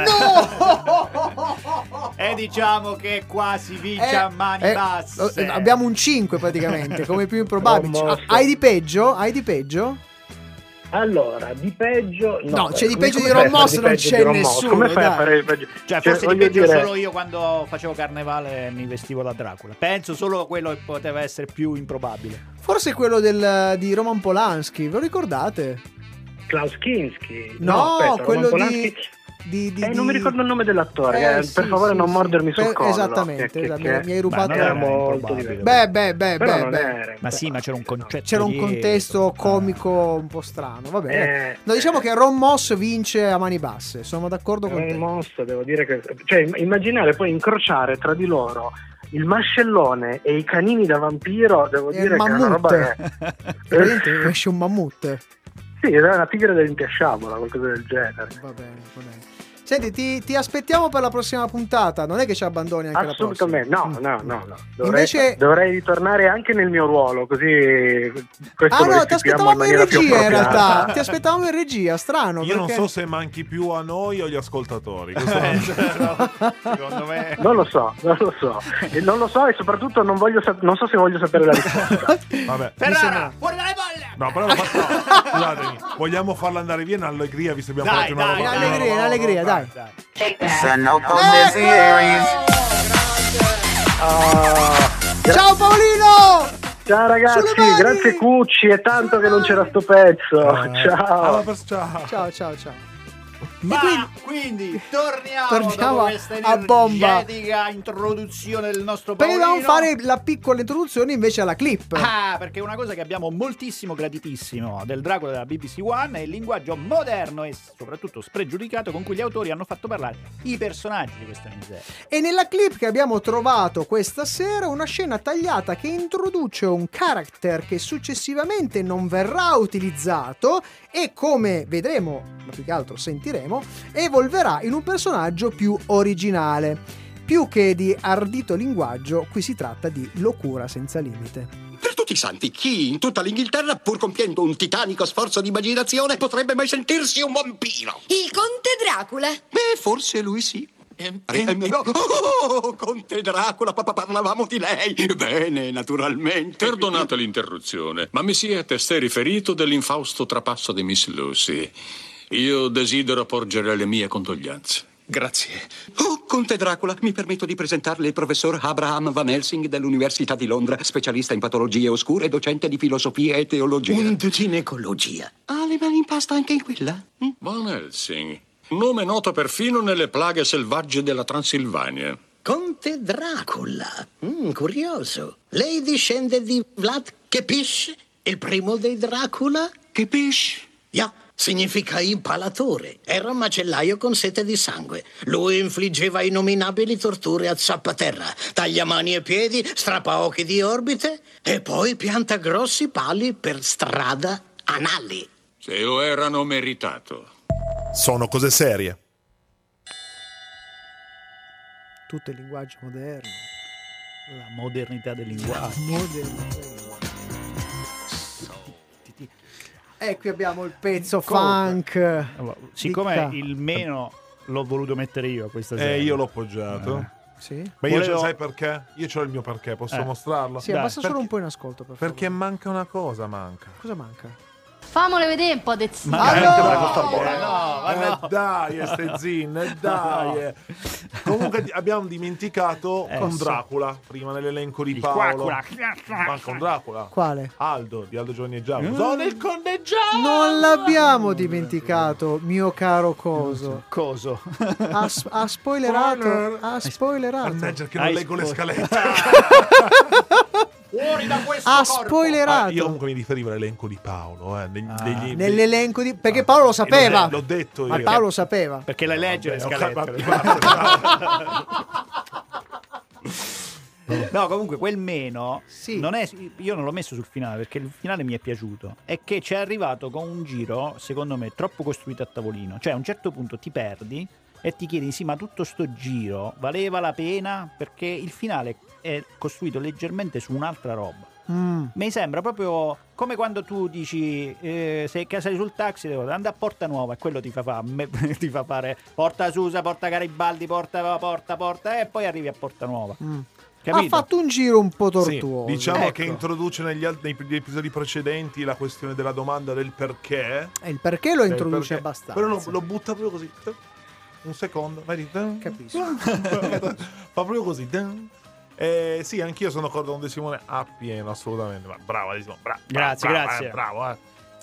E diciamo che qua si vince a mani basse. Abbiamo un 5 praticamente, come più improbabile. Hai di peggio? Allora, di peggio no, c'è di peggio di Ron Moss, non c'è nessuno. Come fai a fare peggio? Cioè, forse di peggio solo io quando facevo carnevale mi vestivo da Dracula. Penso solo quello che poteva essere più improbabile. Forse quello di Roman Polanski, ve lo ricordate? Klaus Kinski. No, aspetta, quello non mi ricordo il nome dell'attore, per favore non mordermi sul collo. Esattamente, mi hai rubato. Era molto diverso. Ma sì, ma c'era un concetto. C'era un contesto comico un po' strano. Va bene. No, diciamo che Ron Moss vince a mani basse. Sono d'accordo con te. Ron Moss, devo dire che, cioè, immaginare poi incrociare tra di loro il mascellone e i canini da vampiro, devo dire che è una roba che esce un mammut. Sì, era una tigre denti a sciabola, qualcosa del genere. Va bene. Senti, ti aspettiamo per la prossima puntata, non è che ci abbandoni anche assolutamente, la prossima. No. Dovrei ritornare anche nel mio ruolo, così questo ti aspettavamo in regia in realtà. Ti aspettavamo in regia, strano. Io non so se manchi più a noi o agli ascoltatori. Secondo me. Non lo so. E non lo so e soprattutto non so se voglio sapere la risposta. Vabbè. Ferrara, fuori dalle bolle! No, però scusatemi, vogliamo farla andare via in allegria, visto che abbiamo fatto una roba. In allegria, dai. Ciao Paolino! Ciao ragazzi, grazie Cucci, è tanto che non c'era sto pezzo. Ciao. Ma quindi torniamo dopo questa a bomba introduzione del nostro Paolino. Volevamo fare la piccola introduzione invece alla clip. Perché una cosa che abbiamo moltissimo graditissimo del Dracula della BBC One è il linguaggio moderno e soprattutto spregiudicato con cui gli autori hanno fatto parlare i personaggi di questa miseria. E nella clip che abbiamo trovato questa sera una scena tagliata che introduce un character che successivamente non verrà utilizzato e, come vedremo, ma più che altro sentiremo, evolverà in un personaggio più originale. Più che di ardito linguaggio, qui si tratta di locura senza limite. Per tutti i santi, chi in tutta l'Inghilterra, pur compiendo un titanico sforzo di immaginazione, potrebbe mai sentirsi un vampiro? Il conte Dracula? Beh, forse lui sì. Conte Dracula, parlavamo di lei. Bene, naturalmente. Perdonate l'interruzione, ma mi si è testé riferito dell'infausto trapasso di Miss Lucy. Io desidero porgere le mie condoglianze. Grazie. Oh, Conte Dracula, mi permetto di presentarle il professor Abraham Van Helsing dell'Università di Londra, specialista in patologie oscure e docente di filosofia e teologia. In ginecologia. Ha le mani in pasta anche in quella? Van Helsing, nome noto perfino nelle plaghe selvagge della Transilvania. Conte Dracula. Curioso. Lei discende di Vlad Tepes, il primo dei Dracula? Tepes? Ja. significa impalatore. Era un macellaio con sete di sangue. Lui infliggeva innominabili torture a zappaterra, taglia mani e piedi, strappa occhi di orbite e poi pianta grossi pali per strada anali. Se lo erano meritato. Sono cose serie. Tutto il linguaggio moderno. La modernità del linguaggio. E qui abbiamo il pezzo funk. Allora, siccome il meno l'ho voluto mettere io questa sera. Io l'ho appoggiato. Sì? Ma io sai perché? Io c'ho il mio perché, posso mostrarlo? Sì, abbassa solo un po' in ascolto, per favore. Perché manca una cosa, Cosa manca? Famole vedere un po' di dai, Stezzin, dai. Comunque abbiamo dimenticato con Dracula, prima nell'elenco di Paolo. Manca un Dracula. Quale? Aldo, di Aldo Giovanni e Giacomo. Sono il Conde Giacomo! Non l'abbiamo dimenticato, mio caro Coso. Coso? Ha spoilerato. Ha spoilerato. Mannaggia che non leggo le scalette. Fuori da questo ha corpo. spoilerato. Io comunque mi riferivo all'elenco di Paolo, nell'elenco di perché Paolo lo sapeva. L'ho detto io. Ma Paolo lo sapeva. Perché le legge le scalette. No, comunque quel meno non è, io non l'ho messo sul finale perché il finale mi è piaciuto. È che ci è arrivato con un giro, secondo me, troppo costruito a tavolino. Cioè a un certo punto ti perdi e ti chiedi sì, ma tutto sto giro valeva la pena? Perché il finale è costruito leggermente su un'altra roba. Mi sembra proprio come quando tu dici sei sei sul taxi, devo andare a Porta Nuova e quello ti fa fare Porta Susa, Porta Garibaldi, porta e poi arrivi a Porta Nuova. Capito? Ha fatto un giro un po' tortuoso. Sì, diciamo che introduce negli episodi precedenti la questione della domanda del perché. E il perché lo introduce abbastanza. Però lo butta proprio così. Un secondo, vedi? Capisco. Fa proprio così. Sì, anch'io sono d'accordo con De Simone appieno, assolutamente. Ma bravo, De Simone, grazie. Bravo.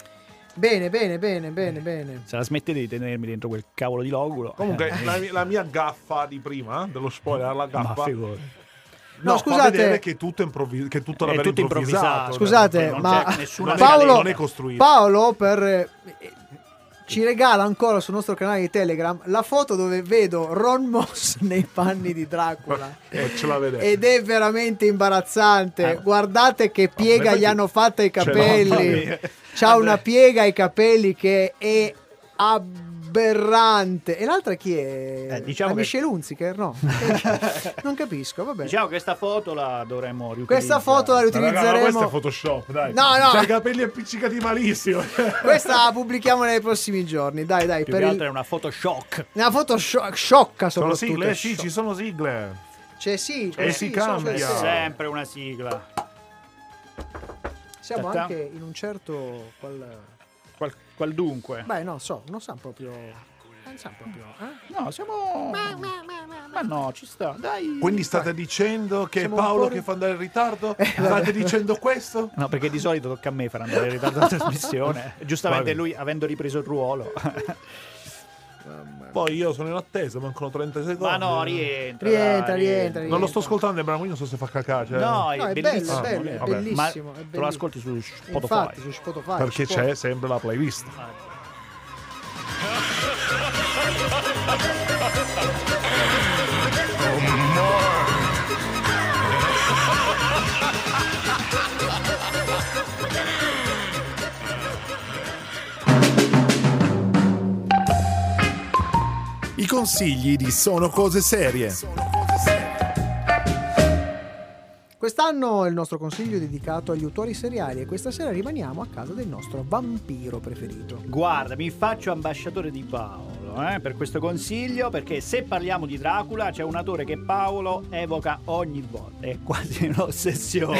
Bene. Se la smettete di tenermi dentro quel cavolo di loculo. Comunque, la mia gaffa di prima, dello spoiler, la gaffa. Ma figurati. No, scusate, vedere che tutto che tutto l'aveva improvvisato. Scusate, ma Paolo non è costruito. Paolo ci regala ancora sul nostro canale di Telegram la foto dove vedo Ron Moss nei panni di Dracula. Ce la vedete. Ed è veramente imbarazzante. Guardate che piega gli hanno fatto ai capelli. C'ha una piega ai capelli che è aberrante. E l'altra chi è? Diciamo Michelle Hunziker? No. Non capisco, vabbè. Diciamo che questa foto la dovremmo riutilizzare. Questa foto la riutilizzeremo. Ma questa è Photoshop, dai. No. C'ha i capelli appiccicati malissimo. Questa la pubblichiamo nei prossimi giorni. Dai. Più che altro è una foto shock. Una foto sciocca soprattutto. Sono sigle? Sì, ci sono sigle. Si cambia. È sempre una sigla. Siamo anche in un certo qual dunque. Beh, non sa proprio. No, siamo. Ma no, ci sta. Dai. Quindi state dicendo che è Paolo che fa andare in ritardo? State dicendo questo? No, perché di solito tocca a me far andare in ritardo la trasmissione. Giustamente lui, avendo ripreso il ruolo. Poi io sono in attesa, mancano 30 secondi. Ma no, rientra. Non lo sto ascoltando il brano, io non so se fa cacà. No, è bellissimo. È bellissimo. Ma te lo ascolti su Spotify. Infatti, su Spotify. Perché c'è sempre la playlist. I consigli di Sono Cose Serie. Quest'anno il nostro consiglio è dedicato agli autori seriali e questa sera rimaniamo a casa del nostro vampiro preferito. Guarda, mi faccio ambasciatore di Paolo per questo consiglio, perché se parliamo di Dracula c'è un autore che Paolo evoca ogni volta, è quasi un'ossessione.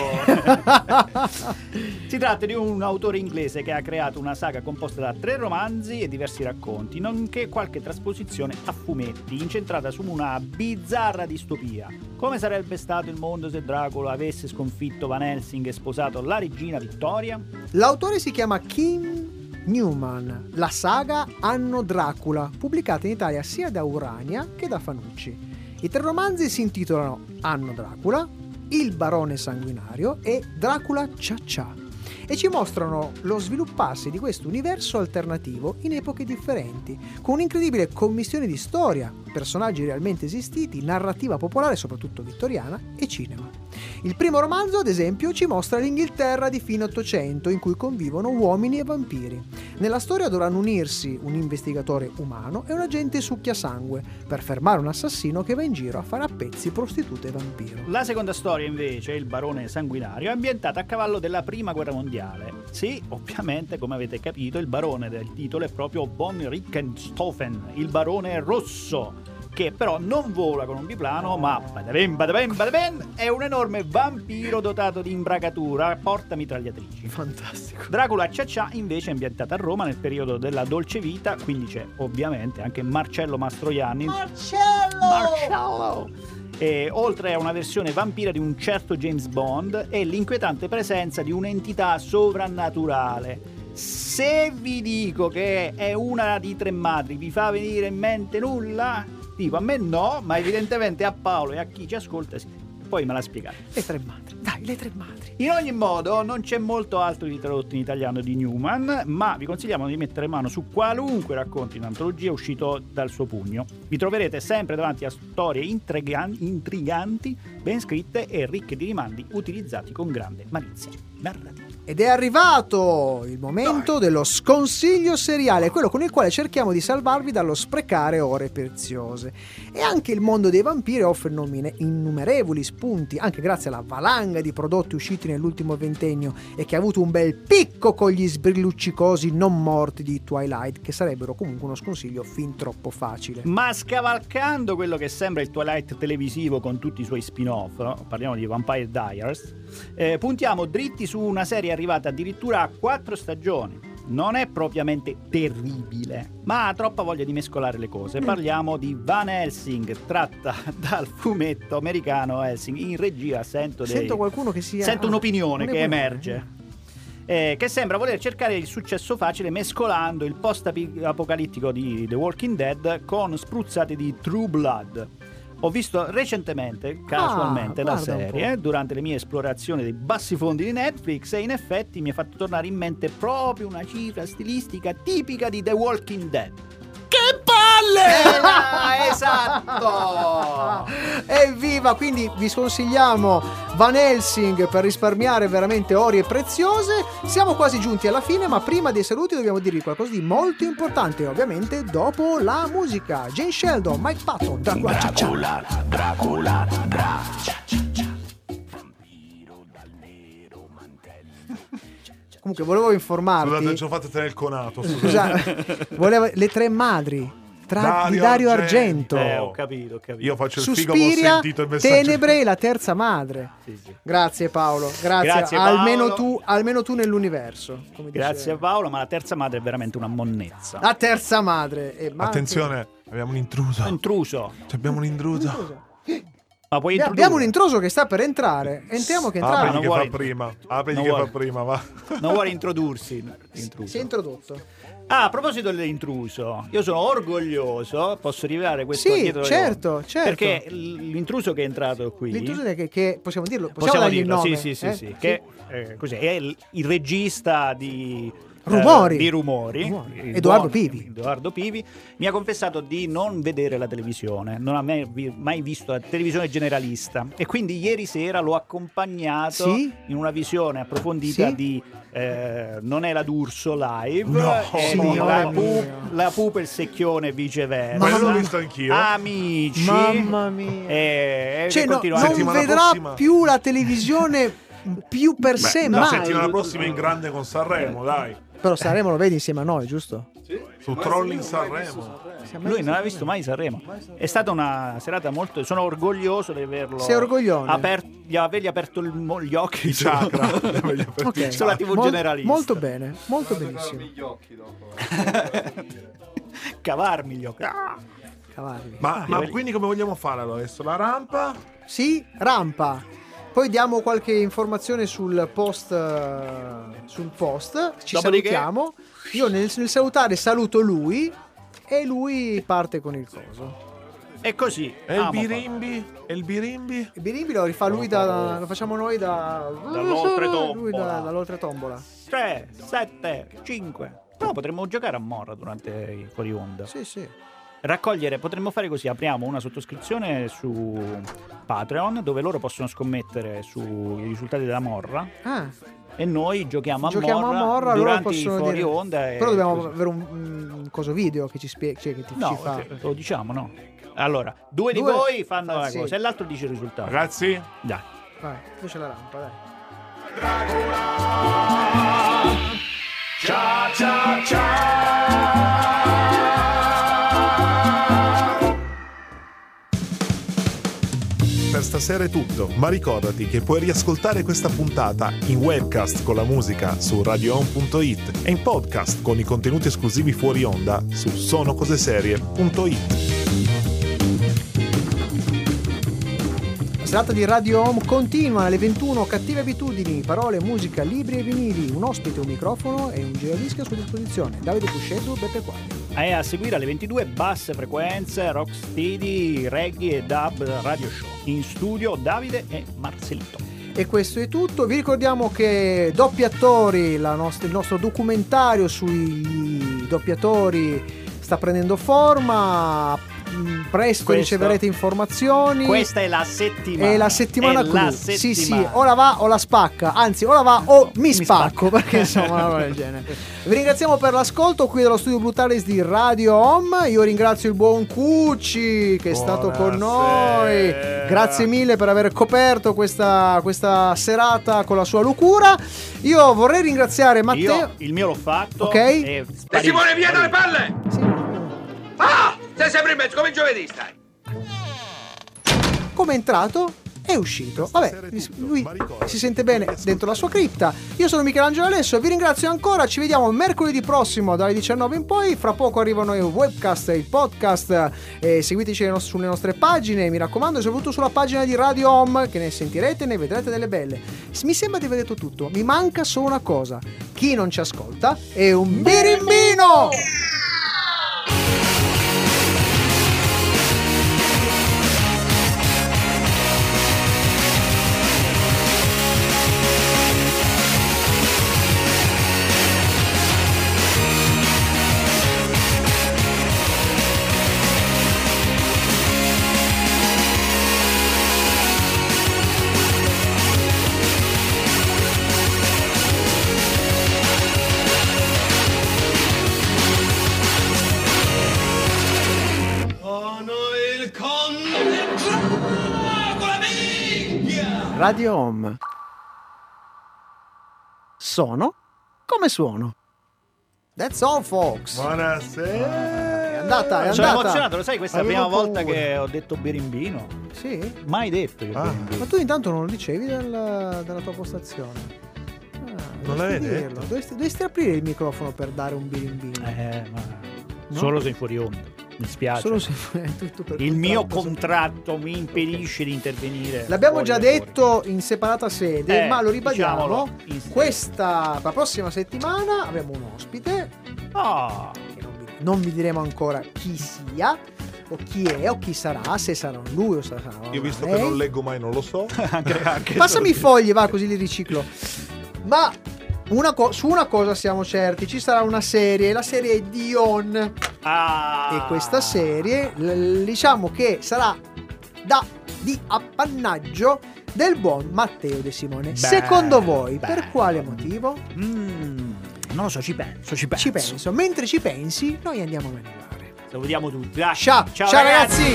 Si tratta di un autore inglese che ha creato una saga composta da 3 romanzi e diversi racconti, nonché qualche trasposizione a fumetti incentrata su una bizzarra distopia. Come sarebbe stato il mondo se Dracula avesse sconfitto Van Helsing e sposato la regina Vittoria? L'autore si chiama Kim Newman. La saga Anno Dracula, pubblicata in Italia sia da Urania che da Fanucci. I 3 romanzi si intitolano Anno Dracula, Il barone sanguinario e Dracula Ciaccia. e ci mostrano lo svilupparsi di questo universo alternativo in epoche differenti, con un'incredibile commistione di storia, personaggi realmente esistiti, narrativa popolare, soprattutto vittoriana, e cinema. Il primo romanzo, ad esempio, ci mostra l'Inghilterra di fine Ottocento, in cui convivono uomini e vampiri. Nella storia dovranno unirsi un investigatore umano e un agente succhiasangue per fermare un assassino che va in giro a fare a pezzi prostitute e vampiro. La seconda storia, invece, Il barone sanguinario, è ambientata a cavallo della Prima Guerra Mondiale. Sì, ovviamente, come avete capito, il barone del titolo è proprio von Richthofen, il barone rosso, che però non vola con un biplano, ma badaben, è un enorme vampiro dotato di imbragatura, porta mitragliatrici. Fantastico. Dracula Ciaccia invece è ambientata a Roma nel periodo della dolce vita, quindi c'è ovviamente anche Marcello Mastroianni. Marcello! E oltre a una versione vampira di un certo James Bond e l'inquietante presenza di un'entità sovrannaturale. Se vi dico che è una di tre madri, vi fa venire in mente nulla? Tipo, a me no, ma evidentemente a Paolo e a chi ci ascolta sì. Poi me la spiegate. Le tre madri, dai, le tre madri. In ogni modo, non c'è molto altro di tradotto in italiano di Newman, ma vi consigliamo di mettere mano su qualunque racconto in antologia uscito dal suo pugno. Vi troverete sempre davanti a storie intriganti, ben scritte e ricche di rimandi utilizzati con grande malizia narrativa. Ed è arrivato il momento dello sconsiglio seriale, quello con il quale cerchiamo di salvarvi dallo sprecare ore preziose. E anche il mondo dei vampiri offre innumerevoli spunti, anche grazie alla valanga di prodotti usciti nell'ultimo ventennio e che ha avuto un bel picco con gli sbrilluccicosi non morti di Twilight, che sarebbero comunque uno sconsiglio fin troppo facile. Ma scavalcando quello che sembra il Twilight televisivo con tutti i suoi spin-off, parliamo di Vampire Diaries, puntiamo dritti su una serie arrivata addirittura a 4 stagioni. Non è propriamente terribile, ma ha troppa voglia di mescolare le cose. Parliamo di Van Helsing, tratta dal fumetto americano Helsing. In regia sento qualcuno che sento un'opinione che emerge, che sembra voler cercare il successo facile mescolando il post-apocalittico di The Walking Dead con spruzzate di True Blood. Ho visto recentemente, casualmente, la serie durante le mie esplorazioni dei bassi fondi di Netflix e in effetti mi ha fatto tornare in mente proprio una cifra stilistica tipica di The Walking Dead. Che palle! Esatto! Evviva! Quindi vi sconsigliamo Van Helsing per risparmiare veramente ore preziose. Siamo quasi giunti alla fine, ma prima dei saluti dobbiamo dirvi qualcosa di molto importante, ovviamente dopo la musica. Jane Sheldon, Mike Patton, Dracula. Comunque volevo informarti. Scusate, ci ho fatto tenere il conato. Le tre madri di Dario Argento. Ho capito. Io faccio il Suspiria, figo, ma ho sentito il messaggio. Tenebre e la terza madre. Sì. Grazie Paolo, grazie Paolo. Almeno tu nell'universo. Come Grazie Paolo, ma la terza madre è veramente una monnezza. La terza madre. Attenzione, abbiamo un intruso. Abbiamo un intruso. Ma puoi abbiamo un intruso che sta per entrare. Entriamo che entrare. Aprigli che fa prima. Va. Non vuole introdursi. Si è introdotto. A proposito dell'intruso, io sono orgoglioso, posso rivelare questo dietro certo. Perché l'intruso che è entrato qui, l'intruso che possiamo dirlo, possiamo dargli dirlo, il nome, sì. Che cos'è? È il regista di Rumori. Edoardo Pivi mi ha confessato di non vedere la televisione, non ha mai visto la televisione generalista e quindi ieri sera l'ho accompagnato in una visione approfondita di Non è la D'Urso live, la Pupa e il Secchione e viceversa. Ma l'ho visto anch'io. Amici, mamma mia, non vedrà più la televisione più per sé mai. La settimana prossima in grande con Sanremo, dai. Però Sanremo lo vedi insieme a noi, giusto? Sì. Su Trolling Sanremo. Lui non ha visto mai Sanremo. È stata una serata molto. Sono orgoglioso di averlo. Sei orgoglione? Di avergli aperto gli occhi. I chakra. Sulla TV generalista. Molto bene, molto benissimo. Gli occhi dopo. Cavarmi gli occhi. Ma quindi come vogliamo fare adesso? La rampa? Sì, rampa. Poi diamo qualche informazione sul post. Ci salutiamo. Io nel salutare saluto lui e lui parte con il coso. E così. E il birimbi? E il birimbi? Il birimbi lo rifà lui lo facciamo noi dall'oltretombola. 3, 7, 5. No, potremmo giocare a Morra durante i fuori onda. Sì. Raccogliere, potremmo fare così, apriamo una sottoscrizione su Patreon dove loro possono scommettere sui risultati della Morra. E noi giochiamo a Morra durante i fuori onda. Però dobbiamo avere un coso video che ci spiega, che ci fa. Lo diciamo, no? Allora, due di voi fanno la cosa e l'altro dice il risultato. Ragazzi, dai. Vai, tu c'è la rampa, dai. Ciao ciao ciao. Per stasera è tutto, ma ricordati che puoi riascoltare questa puntata in webcast con la musica su radioon.it e in podcast con i contenuti esclusivi fuori onda su sonocoseserie.it. La serata di Radio Home continua alle 21. Cattive abitudini, parole, musica, libri e vinili, un ospite, un microfono e un giradischi a sua disposizione. Davide Pusceddu, Beppe Quaglia. E a seguire alle 22 basse frequenze, rocksteady, reggae e dub radio show. In studio Davide e Marcellito. E questo è tutto. Vi ricordiamo che Doppiatori, il nostro documentario sui doppiatori sta prendendo forma. Presto riceverete informazioni. Questa è la settimana. È la settimana clou. Sì, o la va o la spacca. Anzi, o la va o mi spacco. Perché insomma una roba del genere. Vi ringraziamo per l'ascolto qui dallo studio Brutalis di Radio Home. Io ringrazio il buon Cucci che è stato con noi. Grazie mille per aver coperto questa serata con la sua locura. Io vorrei ringraziare Matteo. Il mio l'ho fatto. Ok. E Simone, via dalle palle! Sì. Ah! Sei sempre in mezzo, come giovedì stai. Come è entrato è uscito. Vabbè, lui si sente bene dentro la sua cripta. Io sono Michelangelo Alesso, vi ringrazio ancora. Ci vediamo mercoledì prossimo dalle 19 in poi. Fra poco arrivano i webcast e il podcast. Seguiteci sulle nostre pagine, mi raccomando, e soprattutto sulla pagina di Radio Home, che ne sentirete e ne vedrete delle belle. Mi sembra di aver detto tutto. Mi manca solo una cosa: chi non ci ascolta è un birimbino. Radio Home. Sono come suono. That's all, folks. Buonasera. È andata. Sono emozionato, lo sai, questa è la prima volta che ho detto birimbino. Sì? Mai detto io birimbino. Ma tu intanto non lo dicevi dalla tua postazione. Non l'avevi detto? Dovresti aprire il microfono per dare un birimbino. No? Solo se in fuori onda. Mi spiace. Solo se tutto per il mio contratto mi impedisce di intervenire. L'abbiamo già detto in separata sede, ma lo ribadiamo. La prossima settimana avremo un ospite. Non vi diremo ancora chi sia, o chi è, o chi sarà, se sarà lui o sarà io visto che non leggo mai, non lo so. anche Passami i fogli, va, così li riciclo. Ma su una cosa siamo certi: ci sarà una serie, la serie Dion. E questa serie diciamo che sarà di appannaggio del buon Matteo De Simone. Secondo voi per quale motivo? Non lo so, ci penso. Mentre ci pensi, noi andiamo a mangiare. Salutiamo tutti. Ciao ragazzi.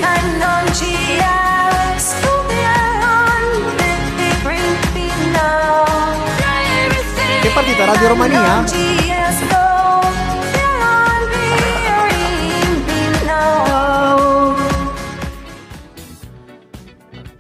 Che partita, Radio Romania?